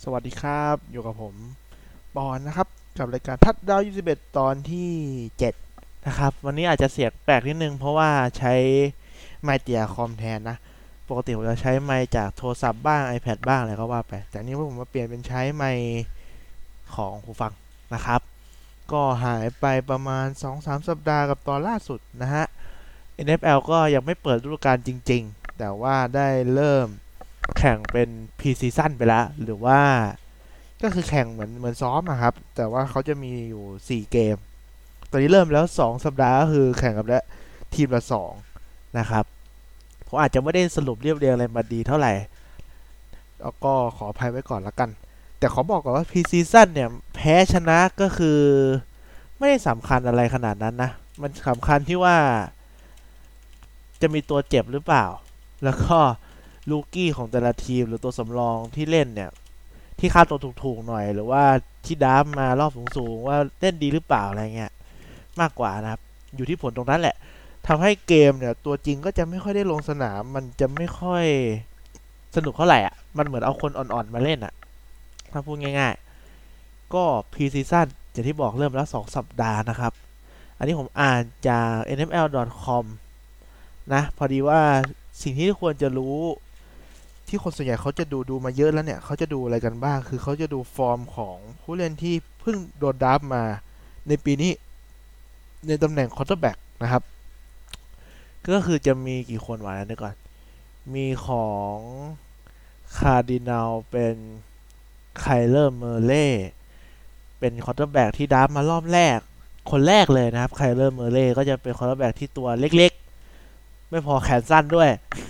สวัสดีครับอยู่กับผมปอนนะครับกับรายการทัดดาว21ตอนที่7นะครับวันนี้อาจจะเสียงแปลกนิดนึงเพราะว่าใช้ไมค์เตียคอมแทนนะปกติผมจะใช้ไมค์จากโทรศัพท์บ้าง iPad บ้างอะไรก็ว่าไปแต่นี้ผมมาเปลี่ยนเป็นใช้ไมค์ของหูฟังนะครับก็หายไปประมาณ2-3สัปดาห์กับตอนล่าสุดนะฮะ NFL ก็ยังไม่เปิดฤดูกาลจริงๆแต่ว่าได้เริ่มแข่งเป็น Pre-season ไปแล้วหรือว่า ก็คือแข่งเหมือนซ้อมอะครับแต่ว่าเขาจะมีอยู่4เกมตอนนี้เริ่มแล้ว2สัปดาห์ก็คือแข่งกับและทีมละ2นะครับผมอาจจะไม่ได้สรุปเรียบเรียงอะไรมาดีเท่าไหร่แล้วก็ขออภัยไว้ก่อนละกันแต่ขอบอกก่อนว่า Pre-season เนี่ยแพ้ชนะก็คือไม่ได้สำคัญอะไรขนาดนั้นนะมันสำคัญที่ว่าจะมีตัวเจ็บหรือเปล่าแล้วก็ลูกี้ของแต่ละทีมหรือตัวสำรองที่เล่นเนี่ย ที่ค่าตัวถูกๆหน่อยหรือว่าที่ดับมารอบสูงๆว่าเล่นดีหรือเปล่าอะไรเงี้ยมากกว่านะครับอยู่ที่ผลตรงนั้นแหละทำให้เกมเนี่ยตัวจริงก็จะไม่ค่อยได้ลงสนามมันจะไม่ค่อยสนุกเท่าไหร่อ่ะมันเหมือนเอาคนอ่อนๆมาเล่นอ่ะถ้าพูดง่ายๆก็พรีซีซั่นอย่างที่บอกเริ่มแล้ว2สัปดาห์นะครับอันนี้ผมอ่านจาก nfl.com นะพอดีว่าสิ่งที่ควรจะรู้ที่คนส่วนใหญ่เขาจะดูมาเยอะแล้วเนี่ยเขาจะดูอะไรกันบ้างคือเขาจะดูฟอร์มของผู้เล่นที่เพิ่งโดนดราฟมาในปีนี้ในตำแหน่งคอร์เตอร์แบ็กนะครับก็คือจะมีกี่คนวะนะเดี๋ยวก่อนมีของคาร์ดินัลเป็นไคลเลอร์เมอร์เล่เป็นคอร์เตอร์แบ็กที่ดราฟมารอบแรกคนแรกเลยนะครับไคลเลอร์เมอร์เล่ก็จะเป็นคอร์เตอร์แบ็กที่ตัวเล็กๆไม่พอแขนสั้นด้วย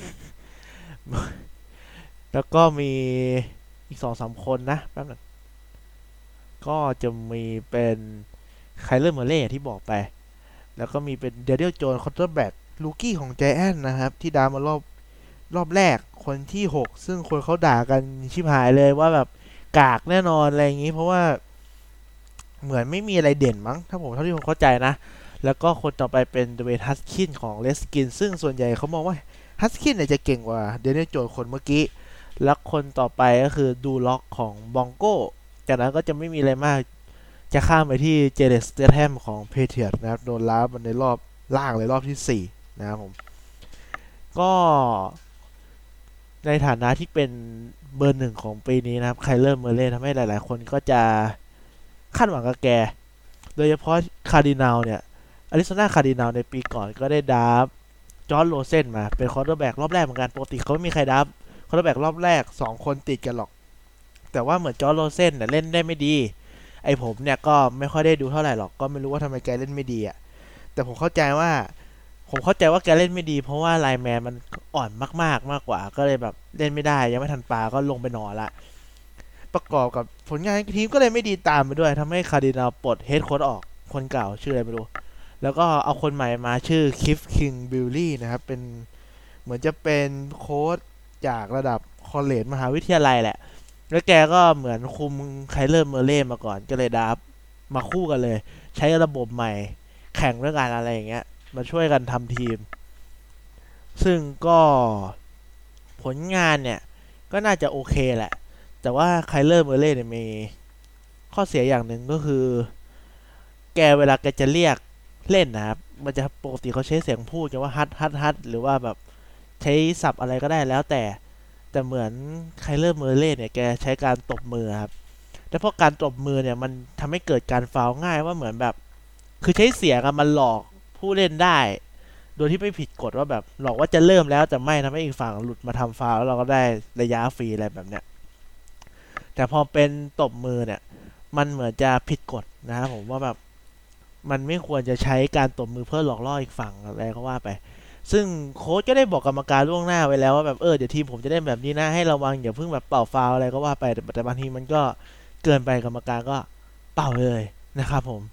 แล้วก็มีอีก2-3 คนนะแป๊บนึง ก็จะมีเป็นไคลเลอร์เมอร์เล่ที่บอกไป แล้วก็มีเป็นเดเดียลโจนคอร์เตอร์แบ็กลูกี้ของไจแอนท์นะครับที่ดามารอบแรกคนที่6ซึ่งคนเขาด่ากันชิบหายเลยว่าแบบกากแน่นอนอะไรอย่างนี้เพราะว่าเหมือนไม่มีอะไรเด่นมั้งถ้าผมเท่าที่ผมเข้าใจนะแล้วก็คนต่อไปเป็นเดเวย์ฮัสคินของเลสกินซึ่งส่วนใหญ่เขามองว่าฮัสคินเนี่ยจะเก่งกว่าเดเดียลโจนคนเมื่อกี้แล้วคนต่อไปก็คือดูล็อกของบองโก้จากนั้นก็จะไม่มีอะไรมาก จะข้ามไปที่เจเดสเตแฮมของเพเทียร์นะครับโดนล้ามันในรอบล่างเลยรอบที่4นะครับผมก็ในฐานะที่เป็นเบอร์หนึ่งของปีนี้นะครับไคลเลอร์เมอร์เล่ทำให้หลายๆคนก็จะคาดหวังกับแกโดยเฉพาะคาร์ดินัลเนี่ยอาริโซนาคาร์ดินัลในปีก่อนก็ได้ดับจอร์จโรเซนมาเป็นคอร์เตอร์แบ็กรอบแรกเหมือนกันปกติเขาไม่มีใครดับคอร์เตอร์แบ็กรอบแรก2คนติดกันหรอกแต่ว่าเหมือนจอร์จโรเซนเนี่ยเล่นได้ไม่ดีไอผมเนี่ยก็ไม่ค่อยได้ดูเท่าไหร่หรอกก็ไม่รู้ว่าทำไมแกเล่นไม่ดีอ่ะแต่ผมเข้าใจว่าแกเล่นไม่ดีเพราะว่าไลน์แมนมันอ่อนมากกว่าก็เลยแบบเล่นไม่ได้ยังไม่ทันปาก็ลงไปนอนละประกอบกับผลงานทีมก็เลยไม่ดีตามไปด้วยทำให้คาร์ดินาลปลดเฮดโค้ชออกคนเก่าชื่ออะไรไม่รู้แล้วก็เอาคนใหม่มาชื่อคิฟคิงบิลลี่นะครับเป็นเหมือนจะเป็นโค้ชจากระดับคอลเลจมหาวิทยาลัยแหละแล้วแกก็เหมือนคุมไคลเลอร์เมอร์เล่มาก่อนก็เลยดับมาคู่กันเลยใช้ระบบใหม่แข่งด้วยกันอะไรอย่างเงี้ยมาช่วยกันทำทีม ซึ่งก็ผลงานเนี่ยก็น่าจะโอเคแหละแต่ว่าไคลเลอร์เมอร์เล่เนี่ยมีข้อเสียอย่างหนึ่งก็คือแกเวลาแกจะเรียกเล่นนะครับมันจะปกติเขาใช้เสียงพูดกันว่าฮัทหรือว่าแบบใช้ศัพท์อะไรก็ได้แล้วแต่เหมือนไคลเลอร์เมอร์เล่เนี่ยแกใช้การตบมือครับแล้วพอการตบมือเนี่ยมันทำให้เกิดการฟาวล์ง่ายว่าเหมือนแบบคือใช้เสียงมันหลอกผู้เล่นได้ โดยที่ไม่ผิดกฎว่าแบบหลอกว่าจะเริ่มแล้วแต่ไม่ทำให้อีกฝั่งหลุดมาทำฟาวล์แล้วเราก็ได้ระยะฟรีอะไรแบบเนี้ยแต่พอเป็นตบมือเนี่ยมันเหมือนจะผิดกฎนะครับผมว่าแบบมันไม่ควรจะใช้การตบมือเพื่อหลอกล่ออีกฝั่งอะไรก็ว่าไปซึ่งโค้ชก็ได้บอกกรรมการล่วงหน้าไว้แล้วว่าแบบเดี๋ยวทีมผมจะได้แบบนี้นะให้ระวังอย่าเพิ่งแบบเป่าฟาวล์อะไรก็ว่าไปแต่บางทีมันก็เกินไปกรรมการก็เป่าเลยนะครับผม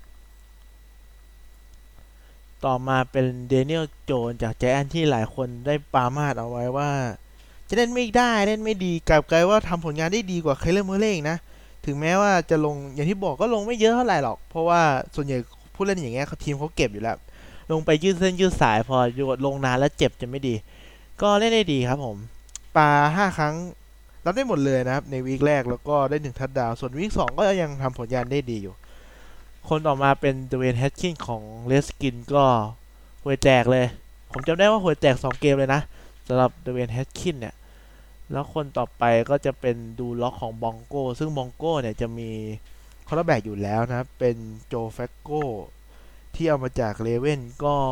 ต่อมาเป็นเดเนียลโจนจากแจแอนที่หลายคนได้ปรามาสเอาไว้ว่าจะเล่นไม่ได้เล่นไม่ดีกลับกลายว่าทำผลงานได้ดีกว่าเคลเลอร์เมอร์เล่นะถึงแม้ว่าจะลงอย่างที่บอกก็ลงไม่เยอะเท่าไหร่หรอกเพราะว่าส่วนใหญ่ผู้เล่นอย่างเงี้ยทีมเขาเก็บอยู่แล้วลงไปยืดเส้นยืดสายพอลงนานแล้วเจ็บจะไม่ดีก็เล่นได้ดีครับผมปา5 ครั้งรับได้หมดเลยนะครับในวีคแรกแล้วก็ได้1 ทัชดาวน์ส่วนวีค2ก็ยังทำผลงานได้ดีอยู่คนต่อมาเป็นเดเวนแฮตคินของเรสกินก็หัวแจกเลยผมจำได้ว่าหัวแจก2 เกมเลยนะสำหรับเดเวนแฮตคินเนี่ยแล้วคนต่อไปก็จะเป็นดูล็อกของบองโก้ซึ่งบองโก้เนี่ยจะมีคอร์เตอร์แบ็กอยู่แล้วนะครับเป็นโจแฟกโก้ที่เอามาจากเลเว่น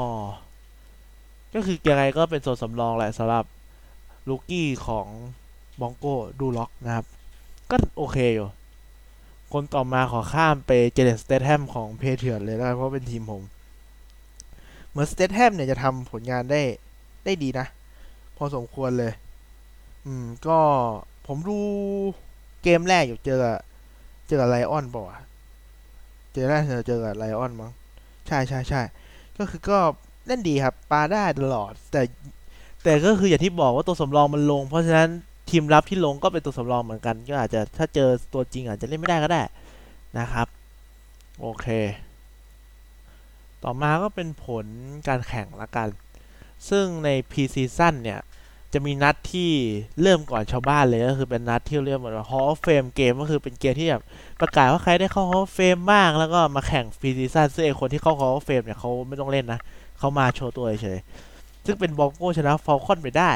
ก็คือยังไงก็เป็นโซนสำรองแหละสำหรับลูกี้ของบองโก้ดูล็อกนะครับก็โอเคอยู่คนต่อมาขอข้ามไปเจเดนสเตทแฮมของเพเทียร์เลยนะเพราะเป็นทีมผมเหมือนสเตทแฮมเนี่ยจะทำผลงานได้ดีนะพอสมควรเลยก็ผมดูเกมแรกอยู่เจอกับไลออนป่ะเจอกับไลออนมั้งใช่ก็คือก็เล่นดีครับปาได้ตลอดแต่ก็คืออย่างที่บอกว่าตัวสำรองมันลงเพราะฉะนั้นทีมรับที่ลงก็เป็นตัวสำรองเหมือนกันก็อาจจะถ้าเจอตัวจริงอาจจะเล่นไม่ได้ก็ได้นะครับโอเคต่อมาก็เป็นผลการแข่งละกันซึ่งใน P-Season เนี่ยจะมีนัดที่เริ่มก่อนชาวบ้านเลยก็คือเป็นนัดที่เรียกว่า Hall of Fame เกมก็คือเป็นเกมที่แบบประกาศว่าใครได้เข้า Hall of Fame บ้างแล้วก็มาแข่ง P-Season ซึ่งไอคนที่เข้า Hall of Fame เนี่ยเขาไม่ต้องเล่นนะเขามาโชว์ตัวเฉยซึ่งเป็นบองโก้ชนะฟอลคอนไปได้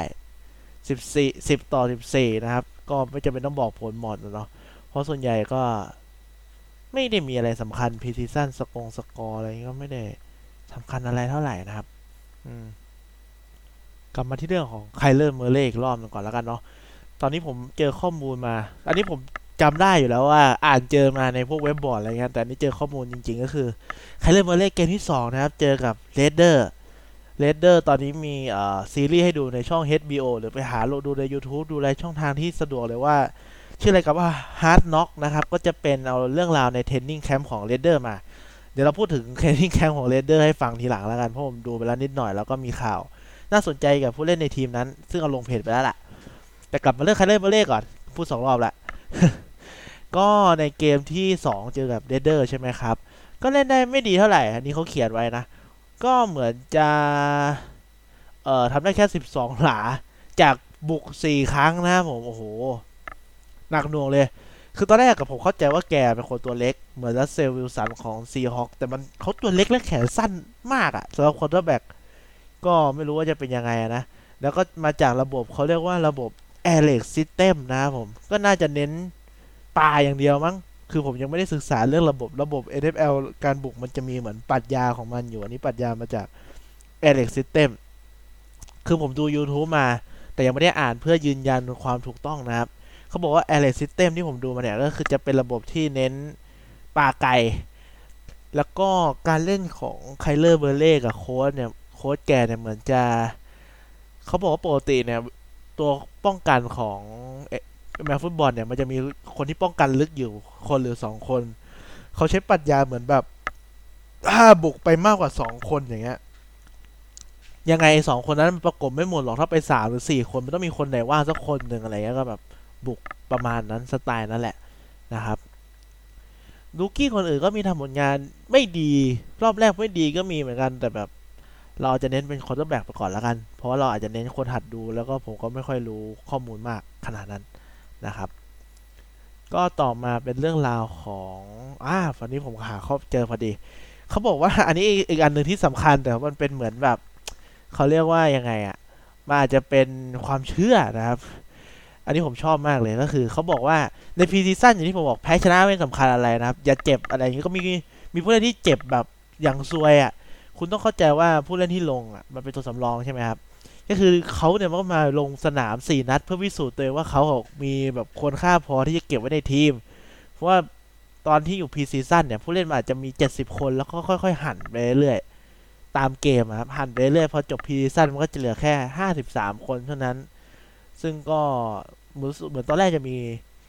10-14นะครับก็ไม่จำเป็นต้องบอกผลหมดเนาะเพราะส่วนใหญ่ก็ไม่ได้มีอะไรสำคัญ P-Season สกอร์อะไรก็ไม่ได้สำคัญอะไรเท่าไหร่นะครับอืม กลับมาที่เรื่องของไคลเลอร์เมอร์เล่อีกรอบหนึงก่อนแล้วกันเนาะตอนนี้ผมเจอข้อมูลมาอันนี้ผมจำได้อยู่แล้วว่าอ่านเจอมาในพวกเว็บบอร์ดอะไรเงี้ยแต่อันนี้เจอข้อมูลจริงๆก็คือไคลเลอร์เมอร์เล่เกมที่2นะครับเจอกับเรดเดอร์ตอนนี้มีซีรีส์ให้ดูในช่อง HBO หรือไปหาดูใน YouTube ดูในช่องทางที่สะดวกเลยว่าชื่ออะไรกับว่า Hard Knock นะครับก็จะเป็นเอาเรื่องราวในเทรนนิ่งแคมป์ของเรดเดอร์มาเดี๋ยวเราพูดถึงเทรนนิ่งแคมป์ของเรดเดอร์ให้ฟังทีหลังแล้วกันเพราะผมดูไปแล้วนิดหน่อยแล้วก็มีข่าวน่าสนใจกับผู้เล่นในทีมนั้นซึ่งเอาลงเพจไปแล้วล่ะแต่กลับมาเรื่องคันเล่มาเล่ก่อนพูด2 รอบละก็ในเกมที่2เจอกับเรดเดอร์ใช่ไหมครับก็เล่นได้ไม่ดีเท่าไหร่อันนี้เขาเขียนไว้นะก็เหมือนจะทำได้แค่12 หลาจากบุก4 ครั้งนะผมโอ้โหหนักหน่วงเลยคือตอนแรกกับผมเข้าใจว่าแกเป็นคนตัวเล็กเหมือนรัสเซลวิลสันของซีฮอคแต่มันเขาตัวเล็กและแขนสั้นมากอะสำหรับคนตัวแบก ก็ไม่รู้ว่าจะเป็นยังไงนะแล้วก็มาจากระบบเขาเรียกว่าระบบ Alex System นะครับผมก็น่าจะเน้นปลาอย่างเดียวมั้งคือผมยังไม่ได้ศึกษาเรื่องระบบ NFL การบุกมันจะมีเหมือนปรัชญาของมันอยู่อันนี้ปรัชญามาจาก Alex System คือผมดู YouTube มาแต่ยังไม่ได้อ่านเพื่อยืนยันความถูกต้องนะครับเขาบอกว่า Alex System ที่ผมดูมาเนี่ยก็คือจะเป็นระบบที่เน้นปลาไก่แล้วก็การเล่นของไคลเลอร์เบอร์เล่กับโค้ชแกเนี่ยเหมือนจะเขาบอกว่าปกติเนี่ยตัวป้องกันของแมวฟุตบอลเนี่ยมันจะมีคนที่ป้องกันลึกอยู่คนหรือ2 คนเขาใช้ปรัชญาเหมือนแบบถ้าบุกไปมากกว่า2 คนอย่างเงี้ยยังไง2 คนนั้นมันประกบไม่หมดหรอกถ้าไป3 หรือ 4 คนมันต้องมีคนไหนว่างสักคนหนึ่งอะไรเงี้ยก็แบบบุกประมาณนั้นสไตล์นั้นแหละนะครับลูกี้คนอื่นก็มีทำผลงานไม่ดีรอบแรกไม่ดีก็มีเหมือนกันแต่แบบ เราจะเน้นเป็นคอร์เตอร์แบ็กไปก่อนแล้วกัน เพราะว่าเราอาจจะเน้นคนหัดดูแล้วก็ผมก็ไม่ค่อยรู้ข้อมูลมากขนาดนั้นนะครับ ก็ต่อมาเป็นเรื่องราวของวันนี้ผมหาข้อเจอพอดีเขาบอกว่าอันนี้อีกอันหนึ่งที่สำคัญแต่มันเป็นเหมือนแบบเขาเรียกว่ายังไงอ่ะมันอาจจะเป็นความเชื่อนะครับอันนี้ผมชอบมากเลยก็คือเขาบอกว่าในพรีซีซั่นอย่างที่ผมบอกแพ้ชนะไม่สำคัญอะไรนะครับอย่าเจ็บอะไรอย่างนี้ก็มีผู้เล่นที่เจ็บแบบอย่างซวยอ่ะคุณต้องเข้าใจว่าผู้เล่นที่ลงอ่ะมันเป็นตัวสำรองใช่ไหมครับก็คือเขาเนี่ยมันก็มาลงสนาม4 นัดเพื่อพิสูจน์ตัวเองว่าเขามีแบบคุณค่าพอที่จะเก็บไว้ในทีมเพราะว่าตอนที่อยู่พรีซีซั่นเนี่ยผู้เล่นมันอาจจะมี70 คนแล้วก็ค่อยๆหั่นไปเรื่อยๆตามเกมครับหั่นไปเรื่อยพอจบพรีซีซั่นมันก็จะเหลือแค่53 คนเท่านั้นซึ่งก็เหมือนตอนแรกจะมี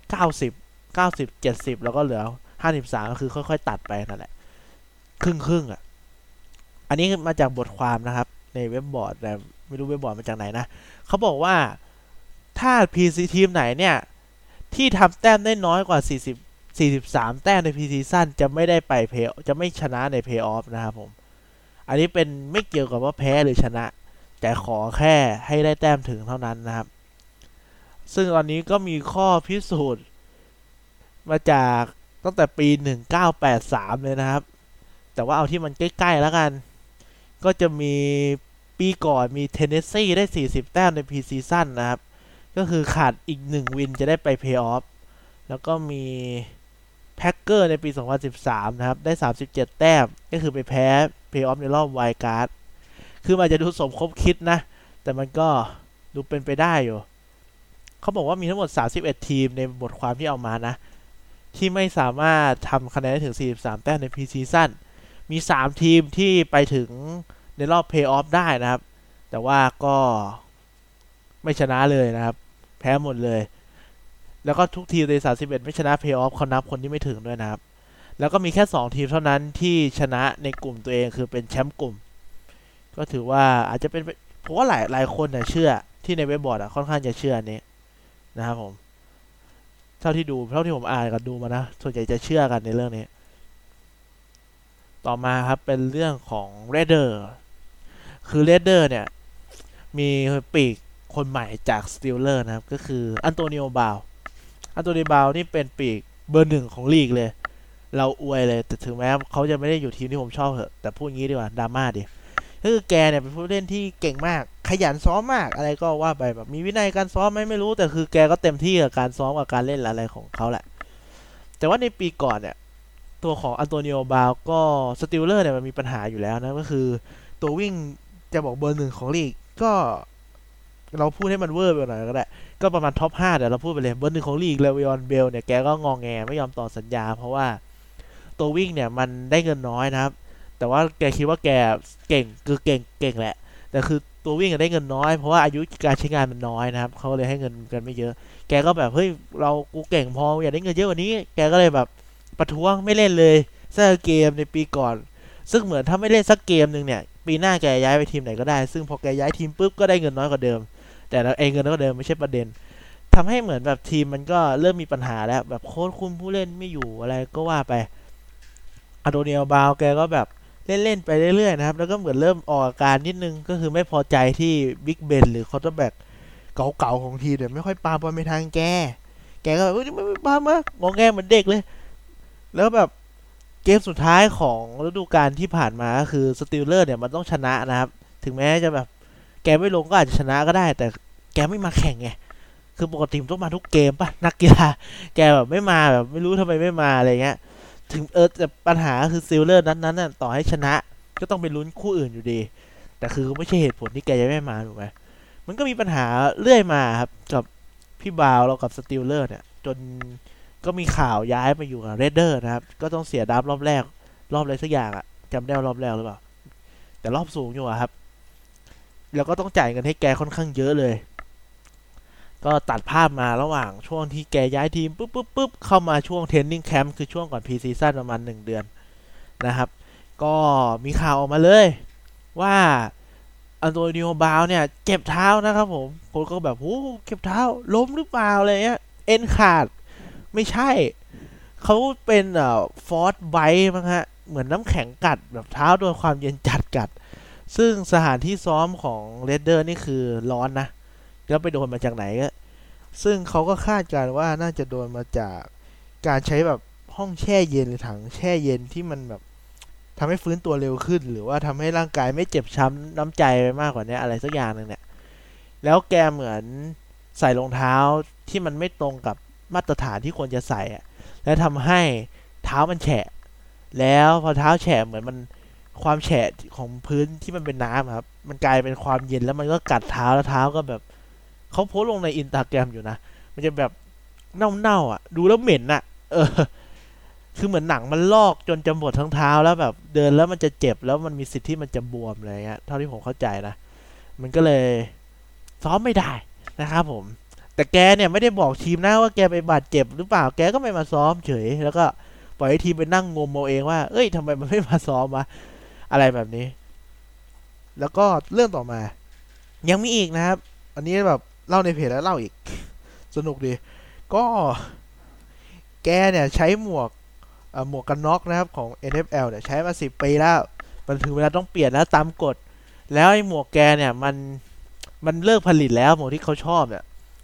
90 70 70แล้วก็เหลือ53ก็คือค่อยๆตัดไปนั่นแหละครึ่งอ่ะอันนี้มาจากบทความนะครับในเว็บบอร์ดแต่ไม่รู้เว็บบอร์ดมาจากไหนนะเขาบอกว่าถ้า PC ทีมไหนเนี่ยที่ทำแต้มได้น้อยกว่า43 แต้มใน PC ซีซั่นจะไม่ได้ไปเพย์จะไม่ชนะในเพย์ออฟนะครับผมอันนี้เป็นไม่เกี่ยวกับว่าแพ้หรือชนะแต่ขอแค่ให้ได้แต้มถึงเท่านั้นนะครับซึ่งตอนนี้ก็มีข้อพิสูจน์มาจากตั้งแต่ปี1983เลยนะครับแต่ว่าเอาที่มันใกล้ๆแล้วกันก็จะมีปีก่อนมีเทนเนสซีได้40แต้มในพรีซีซั่นนะครับก็คือขาดอีก1วินจะได้ไปเพลย์ออฟแล้วก็มีแพ็คเกอร์ในปี2013นะครับได้37แต้มก็คือไปแพ้เพลย์ออฟในรอบไวล์การ์ดคือมันจะดูสมคบคิดนะแต่มันก็ดูเป็นไปได้อยู่เขาบอกว่ามีทั้งหมด31ทีมในบทความที่เอามานะที่ไม่สามารถทำคะแนนได้ถึง43แต้มในพรีซีซั่นมี3ทีมที่ไปถึงในรอบเพลย์ออฟได้นะครับแต่ว่าก็ไม่ชนะเลยนะครับแพ้หมดเลยแล้วก็ทุกทีมใน31ไม่ชนะเพลย์ออฟเขานับคนที่ไม่ถึงด้วยนะครับแล้วก็มีแค่2ทีมเท่านั้นที่ชนะในกลุ่มตัวเองคือเป็นแชมป์กลุ่มก็ถือว่าอาจจะเป็นผมว่าหลายคนเนี่ยเชื่อที่ในเว็บบอร์ดค่อนข้างจะเชื่อนี้นะครับผมเท่าที่ผมอ่านกันดูมานะส่วนใหญ่จะเชื่อกันในเรื่องนี้ต่อมาครับเป็นเรื่องของ Raider คือ Raider เนี่ยมีปีกคนใหม่จากสตีลเลอร์นะครับก็คืออันโตนิโอบาวนี่เป็นปีกเบอร์หนึ่งของลีกเลยเราอวยเลยแต่ถึงแม้เขาจะไม่ได้อยู่ทีมที่ผมชอบเหอะแต่พูดงี้ดีกว่าดราม่าดิก็คือแกเนี่ยเป็นผู้เล่นที่เก่งมากขยันซ้อมมากอะไรก็ว่าไปแบบมีวินัยการซ้อมไหมไม่รู้แต่คือแกก็เต็มที่กับการซ้อมกับการเล่นอะไรของเขาแหละแต่ว่าในปีก่อนเนี่ยตัวของอันโตนิโอบาวก็สติลเลอร์เนี่ยมันมีปัญหาอยู่แล้วนะก็คือตัววิ่งจะบอกเบอร์หนึ่งของลีกก็เราพูดให้มันเวอร์ไปหน่อยก็ได้ก็ประมาณท็อป5เดี๋ยวเราพูดไปเลยเบอร์หนึ่งของลีกเลวิออนเบลเนี่ยแกก็งองแงไม่ยอมต่อสัญญาเพราะว่าตัววิ่งเนี่ยมันได้เงินน้อยนะครับแต่ว่าแกคิดว่าแกเก่งคือเก่งแหละแต่คือตัววิ่งได้เงินน้อยเพราะว่าอายุการใช้งานมันน้อยนะครับเขาเลยให้เงินกันไม่เยอะแกก็แบบเฮ้ยกูเก่งพออยากได้เงินเยอะกว่านี้แกก็เลยแบบประท้วงไม่เล่นเลยสักเกมในปีก่อนซึ่งเหมือนถ้าไม่เล่นสักเกมหนึ่งเนี่ยปีหน้าแกย้ายไปทีมไหนก็ได้ซึ่งพอแกย้ายทีมปุ๊บก็ได้เงินน้อยกว่าเดิมแต่เงินน้อยกว่าเดิมไม่ใช่ประเด็นทำให้เหมือนแบบทีมมันก็เริ่มมีปัญหาแล้วแบบโค้ชคุมผู้เล่นไม่อยู่อะไรก็ว่าไปอโดเนียลบาวแกก็แบบเล่นไปเรื่อยๆนะครับแล้วก็เหมือนเริ่มออกอาการนิดนึงก็คือไม่พอใจที่บิ๊กเบนหรือคอร์เตอร์แบ็กเก่าๆของทีมเนี่ยไม่ค่อยปาบอลไปทางแกก็แบบไม่ปามางงแงเหมือนเด็กเลยแล้วแบบเกมสุดท้ายของฤดูกาลที่ผ่านมาก็คือสตีลเลอร์เนี่ยมันต้องชนะนะครับถึงแม้จะแบบแกไม่ลงก็อาจจะชนะก็ได้แต่แกไม่มาแข่งไงคือปกติมันต้องมาทุกเกมป่ะนักกีฬาแกแบบไม่มาแบบไม่รู้ทำไมไม่มาอะไรเงี้ยถึงแต่ปัญหาคือซิลเลอร์นั้นน่ะต่อให้ชนะก็ต้องไปลุ้นคู่อื่นอยู่ดีแต่คือไม่ใช่เหตุผลที่แกจะไม่มาถูกไหมมันก็มีปัญหาเรื่อยมาครับกับพี่บาวเรากับสติลเลอร์เนี่ยจนก็มีข่าวย้ายมาอยู่กับเรดเดอร์นะครับก็ต้องเสียดับรอบแรกรอบอะไรสักอย่างอะจำได้ว่ารอบแรกหรือเปล่าแต่รอบสูงอยู่อะครับแล้วก็ต้องจ่ายเงินให้แกค่อนข้างเยอะเลยก็ตัดภาพมาระหว่างช่วงที่แกย้ายทีมปุ๊บเข้ามาช่วงเทรนนิ่งแคมป์คือช่วงก่อนพรีซีซั่นประมาณ1 เดือนนะครับก็มีข่าวออกมาเลยว่าอันโตนิโอบาวเนี่ยเจ็บเท้านะครับผมคนก็แบบโอ้เจ็บเท้าล้มหรือเปล่าอะไรเงี้ยเอ็นขาดไม่ใช่เขาเป็นฟอสไบต์มั้งฮะเหมือนน้ำแข็งกัดแบบเท้าโดนความเย็นจัดกัดซึ่งสถานที่ซ้อมของเรดเดอร์นี่คือร้อนนะแล้วไปโดนมาจากไหนก็ซึ่งเขาก็คาดการณ์ว่าน่าจะโดนมาจากการใช้แบบห้องแช่เย็นหรือถังแช่เย็นที่มันแบบทำให้ฟื้นตัวเร็วขึ้นหรือว่าทำให้ร่างกายไม่เจ็บช้ำน้ำใจไปมากกว่านี้อะไรสักอย่างหนึ่งเนี่ยแล้วแกเหมือนใส่รองเท้าที่มันไม่ตรงกับมาตรฐานที่ควรจะใส่อะและทำให้เท้ามันแฉะแล้วพอเท้าแฉะเหมือนมันความแฉะของพื้นที่มันเป็นน้ำครับมันกลายเป็นความเย็นแล้วมันก็กัดเท้าแล้วเท้าก็แบบเขาโพสต์ลงในอินสตาแกรมอยู่นะมันจะแบบเน่าอ่ะดูแล้วเหม็นอ่ะเออคือเหมือนหนังมันลอกจนจะหมดทั้งเท้าแล้วแบบเดินแล้วมันจะเจ็บแล้วมันมีสิทธิ์ที่มันจะบวมอะไรเงี้ยเท่าที่ผมเข้าใจนะมันก็เลยซ้อมไม่ได้นะครับผมแต่แกเนี่ยไม่ได้บอกทีมนะว่าแกไปบาดเจ็บหรือเปล่าแกก็ไม่มาซ้อมเฉยแล้วก็ปล่อยให้ทีมไปนั่งงมเอาเองว่าเอ้ยทำไมมันไม่มาซ้อมวะอะไรแบบนี้แล้วก็เรื่องต่อมายังมีอีกนะครับอันนี้แบบเล่าในเพจแล้วเล่าอีกสนุกดีก็แกเนี่ยใช้หมวกกันน็อกนะครับของ NFL เนี่ยใช้มา10 ปีแล้วมันถึงเวลาต้องเปลี่ยนแล้วตามกฎแล้วไอ้หมวกแกเนี่ยมันเลิกผลิตแล้วหมวกที่เขาชอบเนี่ย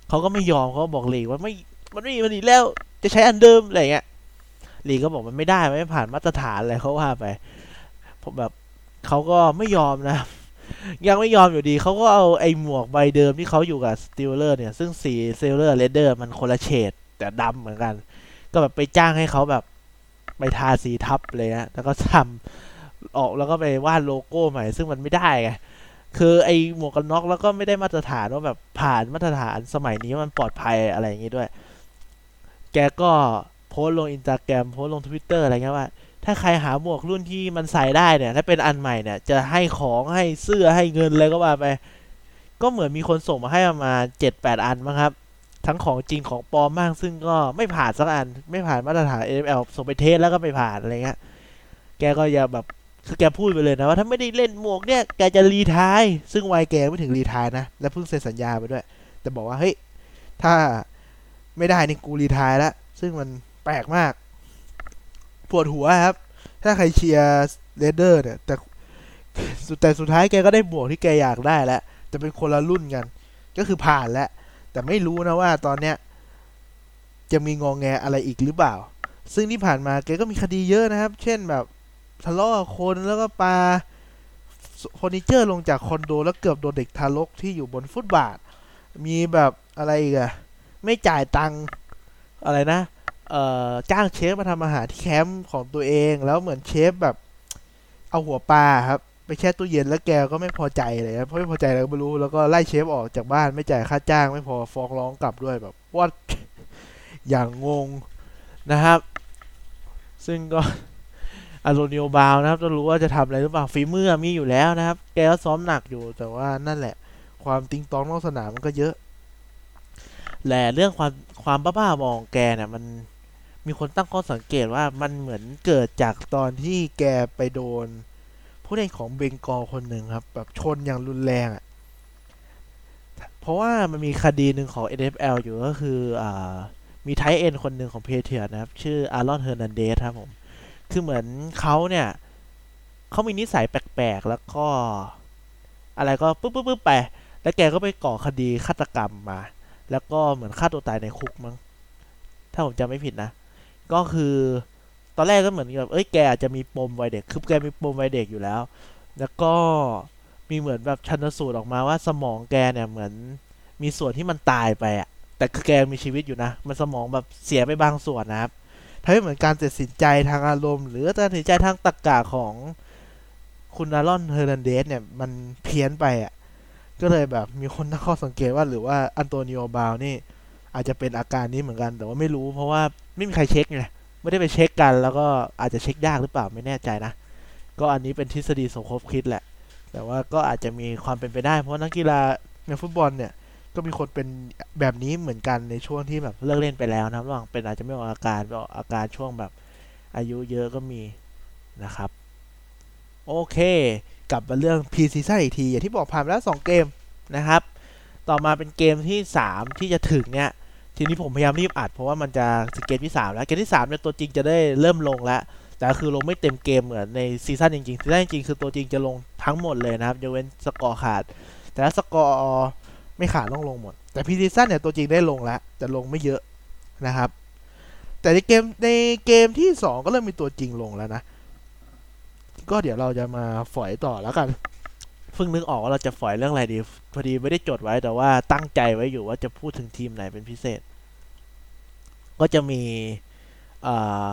เขาก็ไม่ยอมเขาบอกลีกว่ามันไม่มีมันอีกแล้วจะใช้อันเดิมอะไรเงี้ยลีกก็บอกมันไม่ได้ไม่ผ่านมาตรฐานอะไรเขาว่าไปผมแบบเขาก็ไม่ยอมนะยังไม่ยอมอยู่ดีเขาก็เอาไอ้หมวกใบเดิมที่เขาอยู่กับสตีลเลอร์เนี่ยซึ่งสีสตีลเลอร์เรดเดอร์มันคนละเฉดแต่ดำเหมือนกันก็แบบไปจ้างให้เขาแบบไปทาสีทับเลยนะแล้วก็ทำออกแล้วก็ไปวาดโลโก้ใหม่ซึ่งมันไม่ได้ไงคือไอ้หมวกกันน็อกแล้วก็ไม่ได้มาตรฐานว่าแบบผ่านมาตรฐานสมัยนี้มันปลอดภัยอะไรอย่างงี้ด้วยแกก็โพสต์ลงอินสตาแกรมโพสต์ลงทวิตเตอร์อะไรเงี้ยว่าถ้าใครหาหมวกรุ่นที่มันใส่ได้เนี่ยถ้าเป็นอันใหม่เนี่ยจะให้ของให้เสื้อให้เงินอะไรก็ว่าไปก็เหมือนมีคนส่งมาให้ประมาณ7-8 อันมั้งครับทั้งของจริงของปลอมบ้างซึ่งก็ไม่ผ่านสักอันไม่ผ่านมาตรฐาน NFL ส่งไปเทสแล้วก็ไม่ผ่านอะไรเงี้ยแกก็อย่าแบบคือแกพูดไปเลยนะว่าถ้าไม่ได้เล่นหมวกเนี่ยแกจะรีไทร์ซึ่งวัยแกไม่ถึงรีไทร์นะและเพิ่งเซ็นสัญญาไปด้วยแต่บอกว่าเฮ้ยถ้าไม่ได้นี่กูรีไทร์แล้วซึ่งมันแปลกมากปวดหัวครับถ้าใครเชียร์เรดเดอร์เนี่ยแต่สุดท้ายแกก็ได้หมวกที่แกอยากได้แล้วจะเป็นคนละรุ่นกันก็คือผ่านแล้วแต่ไม่รู้นะว่าตอนเนี้ยจะมีงองแงอะไรอีกหรือเปล่าซึ่งที่ผ่านมาแกก็มีคดีเยอะนะครับเช่นแบบทะเลาะกับคนแล้วก็ปาเฟอร์นิเจอร์ลงจากคอนโดแล้วเกือบโดนเด็กทารกที่อยู่บนฟุตบาทมีแบบอะไรอีกอะไม่จ่ายตังค์อะไรนะจ้างเชฟมาทำอาหารที่แคมป์ของตัวเองแล้วเหมือนเชฟแบบเอาหัวปลาครับไปแช่ตู้เย็นแล้วแกก็ไม่พอใจเลยเพราะไม่พอใจอะไรก็ไม่รู้แล้วก็ไล่เชฟออกจากบ้านไม่จ่ายค่าจ้างไม่พอฟ้องร้องกลับด้วยแบบว่าอย่างงงนะครับซึ่งก็อารโนิโอบาวนะครับจะรู้ว่าจะทำอะไรหรือเปล่าฝีมือมีอยู่แล้วนะครับแกก็ซ้อมหนักอยู่แต่ว่านั่นแหละความติงตองนอกสนามมันก็เยอะแหละเรื่องความบ้าๆบอของแกเนี่ยมันมีคนตั้งข้อสังเกตว่ามันเหมือนเกิดจากตอนที่แกไปโดนผู้เล่นของเบงกอลคนหนึ่งครับแบบชนอย่างรุนแรงอ่ะเพราะว่ามันมีคดีหนึ่งของ NFL อยู่ก็คือมีไทเอ็นคนหนึ่งของเพเทียร์นะครับชื่ออารอนเฮอร์นันเดสครับผมคือเหมือนเขาเนี่ยเขามีนิสัยแปลกๆแล้วก็อะไรก็ปึ๊บไปแล้วแกก็ไปก่อคดีฆาตกรรมมาแล้วก็เหมือนฆ่าตัวตายในคุกมั้งถ้าผมจำไม่ผิดนะก็คือตอนแรกก็เหมือนกับแกอาจจะมีปมวัยเด็กคือแกมีปมวัยเด็กอยู่แล้วแล้วก็มีเหมือนแบบชันสูตรออกมาว่าสมองแกเนี่ยเหมือนมีส่วนที่มันตายไปอะแต่คือแกมีชีวิตอยู่นะมันสมองแบบเสียไปบางส่วนนะครับทำให้เหมือนการตัดสินใจทางอารมณ์หรือการตัดสินใจทางตรรกะของคุณอารอนเฮอร์นันเดสเนี่ยมันเพี้ยนไปอ่ะก็เลยแบบมีคนตั้งข้อสังเกตว่าหรือว่าอันโตนิโอบาวนี่อาจจะเป็นอาการนี้เหมือนกันแต่ว่าไม่รู้เพราะว่าไม่มีใครเช็คไงไม่ได้ไปเช็คกันแล้วก็อาจจะเช็คยากหรือเปล่าไม่แน่ใจนะก็อันนี้เป็นทฤษฎีสมคบคิดแหละแต่ว่าก็อาจจะมีความเป็นไปได้เพราะนักกีฬาในฟุตบอลเนี่ยก็มีคนเป็นแบบนี้เหมือนกันในช่วงที่แบบเลิกเล่นไปแล้วนะระหว่างเป็นอาจจะไม่ออกอาการออกอาการช่วงแบบอายุเยอะก็มีนะครับโอเคกลับมาเรื่องพีซีซั่นอีกทีอย่างที่บอกผ่านไปแล้ว2เกมนะครับต่อมาเป็นเกมที่3ที่จะถึงเนี่ยทีนี้ผมพยายามรีบอัดเพราะว่ามันจะถึงเกมที่3แล้วเกมที่3เนี่ยตัวจริงจะได้เริ่มลงแล้วแต่คือลงไม่เต็มเกมเหมือนในซีซั่นจริงๆซีซั่นจริงๆคือตัวจริงจะลงทั้งหมดเลยนะครับยกเว้นสกอร์ขาดแต่ถ้าสกอร์ไม่ขาดต้องลงหมดแต่พีซีซั่นเนี่ยตัวจริงได้ลงแล้วแต่ลงไม่เยอะนะครับแต่ในเกมที่2ก็เริ่มมีตัวจริงลงแล้วนะก็เดี๋ยวเราจะมาฝอยต่อแล้วกันเพิ่งนึกออกว่าเราจะฝอยเรื่องอะไรดีพอดีไม่ได้จดไว้แต่ว่าตั้งใจไว้อยู่ว่าจะพูดถึงทีมไหนเป็นพิเศษก็จะมีอ่า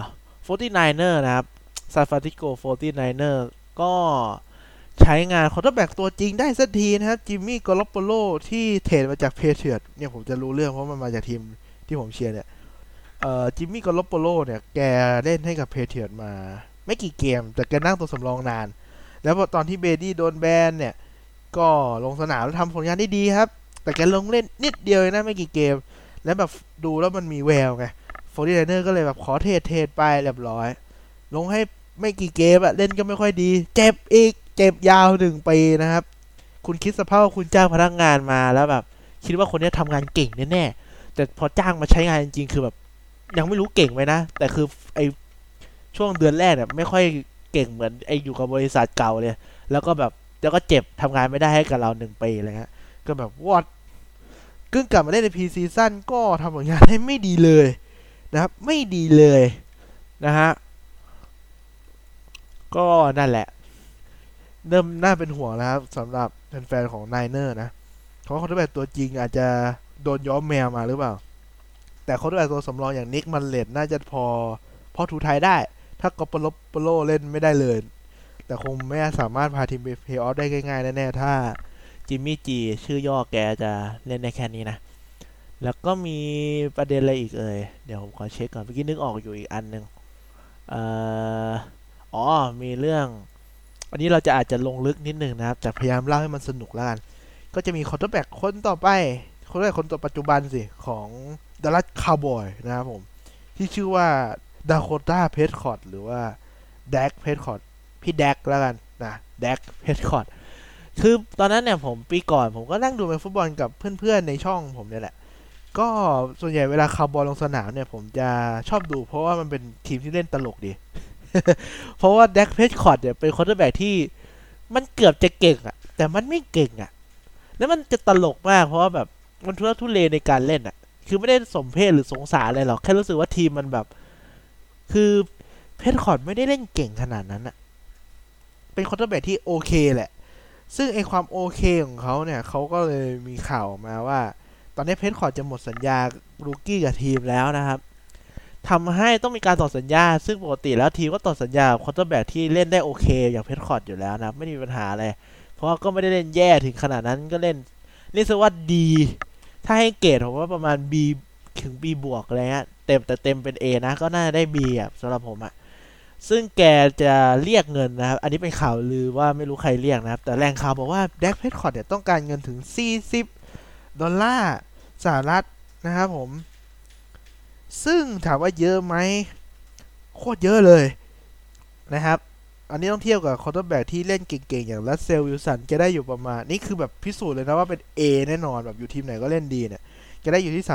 49er นะครับซานฟรานซิสโก 49er ก็ใช้งานคอร์เตอร์แบ็กตัวจริงได้สักทีนะครับจิมมี่กอโลโปโลที่เทรดมาจากเพเทียร์เนี่ยผมจะรู้เรื่องเพราะมันมาจากทีมที่ผมเชียร์เนี่ยจิมมี่กอโลโปโลเนี่ยแกเล่นให้กับเพเทียร์มาไม่กี่เกมแต่แกนั่งตัวสำรองนานแล้วพอตอนที่เบดี้โดนแบนเนี่ยก็ลงสนามแล้วทำผลงานได้ดีครับแต่แกลงเล่นนิดเดียวนะไม่กี่เกมแล้วแบบดูแล้วมันมีแววไง49erก็เลยแบบขอเทรดไปเรียบร้อยลงให้ไม่กี่เกมอะเล่นก็ไม่ค่อยดีเจ็บอีกเจ็บยาว1 ปีนะครับคุณคิดสภาพว่าคุณจ้างพนักงานมาแล้วแบบคิดว่าคนนี้ทำงานเก่งแน่ๆแต่พอจ้างมาใช้งานจริงๆคือแบบยังไม่รู้เก่งไหมนะแต่คือไอช่วงเดือนแรกเนี่ยไม่ค่อยเก่งเหมือนไออยู่กับบริษัทเก่าเลยแล้วก็แบบแล้วก็เจ็บทำงานไม่ได้ให้กับเรา1 ปีอะไรเงี้ยก็แบบวอดกึ่งกลับมาเล่นในพีซีซั่นก็ทำผลงานได้ไม่ดีเลยนะครับไม่ดีเลยนะฮะก็นั่นแหละเริ่มน่าเป็นห่วงแล้วครับสำหรับแฟนๆของไนเนอร์นะเพราะเขาได้แบบตัวจริงอาจจะโดนย้อมแมวมาหรือเปล่าแต่เขาได้แบบตัวสำรองอย่างนิกมันเลดน่าจะพอถูไทยได้ถ้ากอปโปโลเล่นไม่ได้เลยแต่คงไม่สามารถพาทีมไปเพลย์ออฟได้ง่ายๆแน่ๆถ้าจิมมี่จีชื่อย่อแกจะเล่นได้แค่นี้นะแล้วก็มีประเด็นอะไรอีกเดี๋ยวผมขอเช็คก่อนเมื่อกี้นึกออกอยู่อีกอันนึงเอ่ออ๋อมีเรื่องอันนี้เราจะอาจจะลงลึกนิดนึงนะครับแต่พยายามเล่าให้มันสนุกแล้วกันก็จะมีคอร์เตอร์แบ็กคนต่อไปคนต่อปัจจุบันสิของดัลลัสคาวบอยนะครับผมที่ชื่อว่าดาโคตาเพทคอร์ดหรือว่าแดกเพทคอร์ดพี่แดกแล้วกันนะแดกเพทคอร์ดคือตอนนั้นเนี่ยผมปีก่อนผมก็นั่งดูเป็นฟุตบอลกับเพื่อนๆในช่องผมเนี่ยแหละก็ส่วนใหญ่เวลาคาวบอยลงสนามเนี่ยผมจะชอบดูเพราะว่ามันเป็นทีมที่เล่นตลกดี เพราะว่าแดกเพจคอร์ดเนี่ยเป็นคอร์เตอร์แบ็กที่มันเกือบจะเก่งอะแต่มันไม่เก่งอะแล้วมันจะตลกมากเพราะว่าแบบมันทุเรศในการเล่นอะคือไม่ได้สมเพศหรือสงสารอะไรหรอกแค่รู้สึกว่าทีมมันแบบคือเพจคอร์ดไม่ได้เล่นเก่งขนาดนั้นอะเป็นคอร์เตอร์แบ็กที่โอเคแหละซึ่งไอความโอเคของเขาเนี่ยเขาก็เลยมีข่าวมาว่าตอนนี้เพจคอร์ดจะหมดสัญญารูกี้กับทีมแล้วนะครับทำให้ต้องมีการต่อสัญญาซึ่งปกติแล้วทีมก็ต่อสัญญาควอเตอร์แบ็กที่เล่นได้โอเคอย่างเพชรคอร์ดอยู่แล้วนะไม่มีปัญหาอะไรเพราะก็ไม่ได้เล่นแย่ถึงขนาดนั้นก็เล่นเรียกว่าดีถ้าให้เกรดผมว่าประมาณ B ถึง B บวกอะไรเงี้ยแต่เต็มเป็น A นะก็น่าจะได้ B อ่ะสำหรับผมอ่ะซึ่งแกจะเรียกเงินนะครับอันนี้เป็นข่าวลือว่าไม่รู้ใครเรียกนะครับแต่แหล่งข่าวบอกว่าแดกเพชรคอร์ดเนี่ยต้องการเงินถึง$40นะครับผมซึ่งถามว่าเยอะไหมโคตรเยอะเลยนะครับอันนี้ต้องเทียบกับคอร์เตอร์แบ็กที่เล่นเก่งๆอย่างรัสเซลวิลสันจะได้อยู่ประมาณนี่คือแบบพิสูจน์เลยนะว่าเป็น A แน่นอนแบบอยู่ทีมไหนก็เล่นดีเนี่ยจะได้อยู่ที่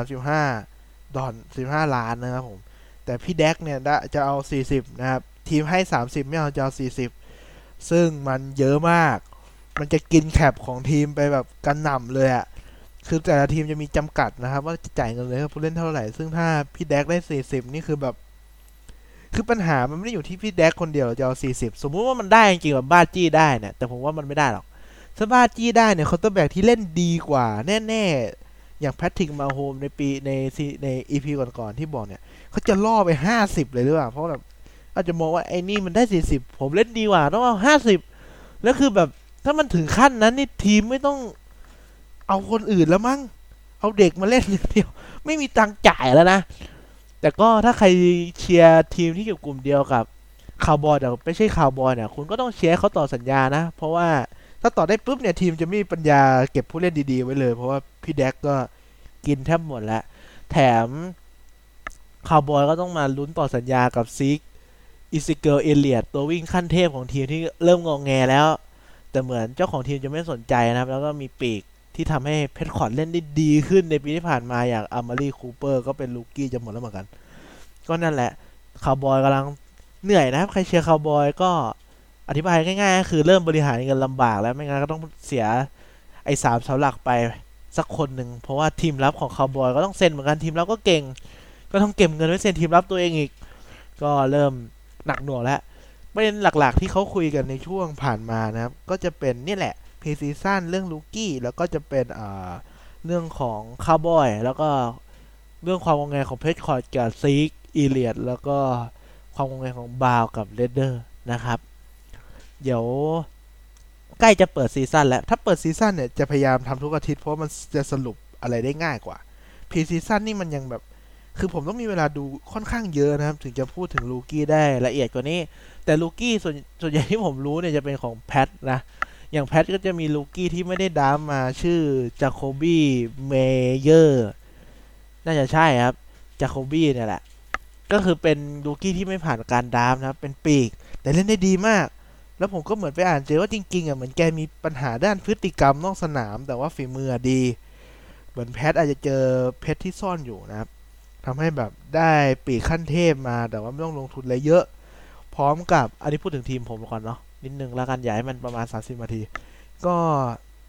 35 ล้านนะครับผมแต่พี่แดกเนี่ยจะเอา40นะครับทีมให้30ไม่เอาจะเอา40ซึ่งมันเยอะมากมันจะกินแคปของทีมไปแบบกันหน่ำเลยอะคือแต่ละทีมจะมีจำกัดนะครับว่าจะจ่ายเงินเลยผู้เล่นเท่าไหร่ซึ่งถ้าพี่แดกได้40นี่คือแบบคือปัญหามันไม่ได้อยู่ที่พี่แดกคนเดียวจะเอา40สมมุติว่ามันได้จริงๆแบบบ้าจี้ได้เนี่ยแต่ผมว่ามันไม่ได้หรอกถ้าบ้าจี้ได้เนี่ยเคาน์เตอร์แบ็กที่เล่นดีกว่าแน่ๆอย่างแพทริกมาโฮมในอีพีก่อนๆที่บอกเนี่ยเขาจะล่อไป50เลยหรือเปล่าเพราะแบบอาจจะมองว่าไอ้นี่มันได้40ผมเล่นดีกว่าต้องเอา50แล้วคือแบบถ้ามันถึงขั้นนั้นนี่ทีมไม่ต้องเอาคนอื่นแล้วมั้งเอาเด็กมาเล่นอย่างเดียวไม่มีตังค์จ่ายแล้วนะแต่ก็ถ้าใครเชียร์ทีมที่อยู่กลุ่มเดียวกับคาวบอยแต่ไม่ใช่คาวบอยเนี่ยคุณก็ต้องเชียร์เขาต่อสัญญานะเพราะว่าถ้าต่อได้ปุ๊บเนี่ยทีมจะไม่มีปัญญาเก็บผู้เล่นดีๆไว้เลยเพราะว่าพี่แดกก็กินแทบหมดแล้วแถมคาวบอยก็ต้องมาลุ้นต่อสัญญากับซิกอิซิเกิลเอเลียตตัววิ่งขั้นเทพของทีมที่เริ่มงองแงแล้วแต่เหมือนเจ้าของทีมจะไม่สนใจนะครับแล้วก็มีปีกที่ทำให้เพชรคอร์ดเล่นได้ดีขึ้นในปีที่ผ่านมาอย่างอามารีคูเปอร์ก็เป็นลูกี้จะหมดแล้วเหมือนกันก็นั่นแหละคาวบอยกำลังเหนื่อยนะครับใครเชียร์คาวบอยก็อธิบายง่ายๆก็คือเริ่มบริหารเงินลำบากแล้วไม่งั้นก็ต้องเสียไอ้3 เสาหลักไปสักคนหนึ่งเพราะว่าทีมรับของคาวบอยก็ต้องเซ็นเหมือนกันทีมรับก็เก่งก็ต้องเก็บเงินไว้เซ็นทีมรับตัวเองอีกก็เริ่มหนักหน่วงแล้วประเด็นหลักๆที่เขาคุยกันในช่วงผ่านมานะครับก็จะเป็นนี่แหละเพย์ซีซั่นเรื่องลูกี้แล้วก็จะเป็นเรื่องของคาวบอยแล้วก็เรื่องความงงแงของเพชรคอร์ดกับซีกอีเลียดแล้วก็ความงงแงของบาวกับเรดเดอร์นะครับเดี๋ยวใกล้จะเปิดซีซั่นแล้วถ้าเปิดซีซั่นเนี่ยจะพยายามทำทุกอาทิตย์เพราะมันจะสรุปอะไรได้ง่ายกว่าพรีซีซั่นนี่มันยังแบบคือผมต้องมีเวลาดูค่อนข้างเยอะนะครับถึงจะพูดถึงลูกี้ได้ละเอียดกว่านี้แต่ลูกี้ส่วนใหญ่ที่ผมรู้เนี่ยจะเป็นของแพทนะอย่างแพทก็จะมีลูกี้ที่ไม่ได้ดามมาชื่อจาโคบี้เมเยอร์น่าจะใช่ครับจาโคบี้เนี่ยแหละก็คือเป็นลูกี้ที่ไม่ผ่านการดามนะครับเป็นปีกแต่เล่นได้ดีมากแล้วผมก็เหมือนไปอ่านเจอว่าจริงๆอ่ะเหมือนแกมีปัญหาด้านพฤติกรรมนอกสนามแต่ว่าฝีมือดีเหมือนแพทอาจจะเจอเพชรที่ซ่อนอยู่นะครับทำให้แบบได้ปีกขั้นเทพมาแต่ว่าไม่ต้องลงทุนอะไรเยอะพร้อมกับอันนี้พูดถึงทีมผมก่อนเนาะนิดนึงแล้วกันอย่าให้มันประมาณ30 นาทีก็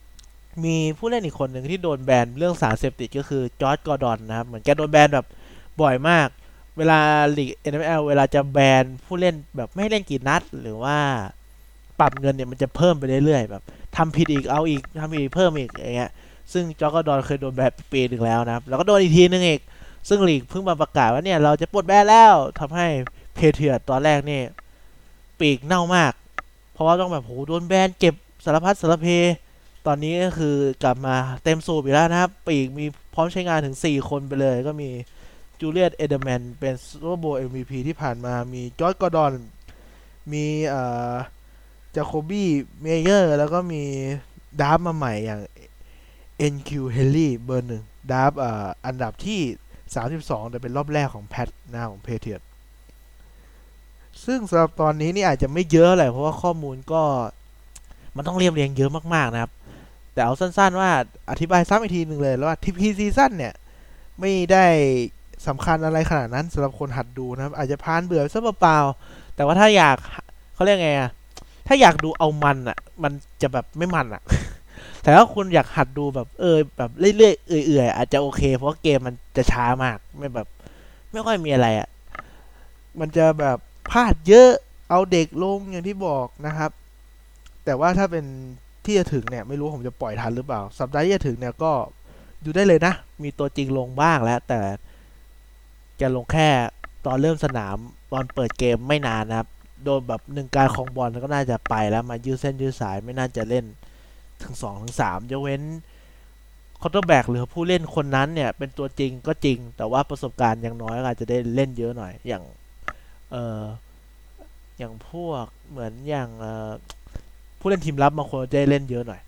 มีผู้เล่นอีกคนหนึ่งที่โดนแบนเรื่องสารเสพติดก็คือจอร์จกอร์ดอนนะครับเหมือนแกโดนแบนแบบบ่อยมากเวลาลีก NFL เวลาจะแบนผู้เล่นแบบไม่ให้เล่นกี่นัดหรือว่าปรับเงินเนี่ยมันจะเพิ่มไปเรื่อยๆแบบทำผิดอีกเอาอีกทำผิดอีกเพิ่มอีกอย่างเงี้ยซึ่งจอร์จกอร์ดอนเคยโดนแบนปีหนึ่งแล้วนะครับแล้วก็โดนอีกทีนึงอีกซึ่งลีกเพิ่งมาประกาศว่าเนี่ยเราจะปลดแบนแล้วทำให้เพเทียร์ตอนแรกนี่ปีกเน่ามากเพราะว่าต้องแบบโหโดนแบนเจ็บสารพัดสารเพ ตอนนี้ก็คือกลับมาเต็มสูบอีกแล้วนะครับปีกมีพร้อมใช้งานถึง4คนไปเลยก็มีจูเลียตเอเดอร์แมนเป็นซูเปอร์โบว์ MVP ที่ผ่านมามีจอร์จกอร์ดอนมีจาโคบี้เมเยอร์แล้วก็มีดาร์ฟมาใหม่อย่าง NQ เฮนรี่เบอร์หนึ่งดาร์ฟอันดับที่32แต่เป็นรอบแรกของแพทหน้าของเพเทียร์ซึ่งสำหรับตอนนี้นี่อาจจะไม่เยอะเลยเพราะว่าข้อมูลก็มันต้องเรียบเรียงเยอะมากๆนะครับ แต่เอาสั้นๆว่าอธิบายซ้ำอีกทีหนึ่งเลยแล้วว่าทีพีซีซั่นเนี่ยไม่ได้สำคัญอะไรขนาดนั้นสำหรับคนหัดดูนะครับอาจจะพานเบื่อซะเปล่าๆแต่ว่าถ้าอยากเขาเรียกไงอะถ้าอยากดูเอามันอะมันจะแบบไม่มันอะแต่ถ้าคุณอยากหัดดูแบบแบบเรื่อยๆเอื่อยๆอาจจะโอเคเพราะเกมมันจะช้ามากไม่แบบไม่ค่อยมีอะไรอะมันจะแบบพลาดเยอะเอาเด็กลงอย่างที่บอกนะครับแต่ว่าถ้าเป็นที่จะถึงเนี่ยไม่รู้ผมจะปล่อยทันหรือเปล่าสัปดาห์ที่จะถึงเนี่ยก็ดูได้เลยนะมีตัวจริงลงบ้างแล้วแต่จะลงแค่ตอนเริ่มสนามตอนเปิดเกมไม่นานนะครับโดนแบบหนึ่งการครองบอลก็น่าจะไปแล้วมายืดเส้นยืดสายไม่น่าจะเล่นถึง2 ถึง 3ยกเว้นคอร์เตอร์แบ็กหรือผู้เล่นคนนั้นเนี่ยเป็นตัวจริงก็จริงแต่ว่าประสบการณ์ยังน้อยอาจจะได้เล่นเยอะหน่อยอย่างเอออย่างพวกเหมือนอย่างผู้เล่นทีมรับบางคนจะได้เล่นเยอะหน่อย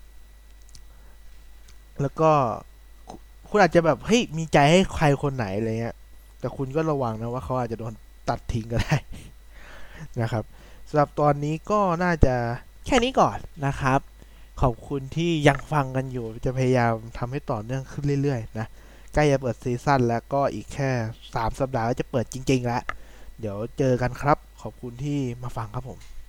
แล้วก็คุณอาจจะแบบเฮ้ยมีใจให้ใครคนไหนอะไรเงี้ยแต่คุณก็ระวังนะว่าเขาอาจจะโดนตัดทิ้งก็ได้นะครับสำหรับตอนนี้ก็น่าจะแค่นี้ก่อนนะครับขอบคุณที่ยังฟังกันอยู่จะพยายามทำให้ต่อเนื่องขึ้นเรื่อยๆนะใกล้จะเปิดซีซั่นแล้วก็อีกแค่3 สัปดาห์ก็จะเปิดจริงๆแล้วเดี๋ยวเจอกันครับขอบคุณที่มาฟังครับผม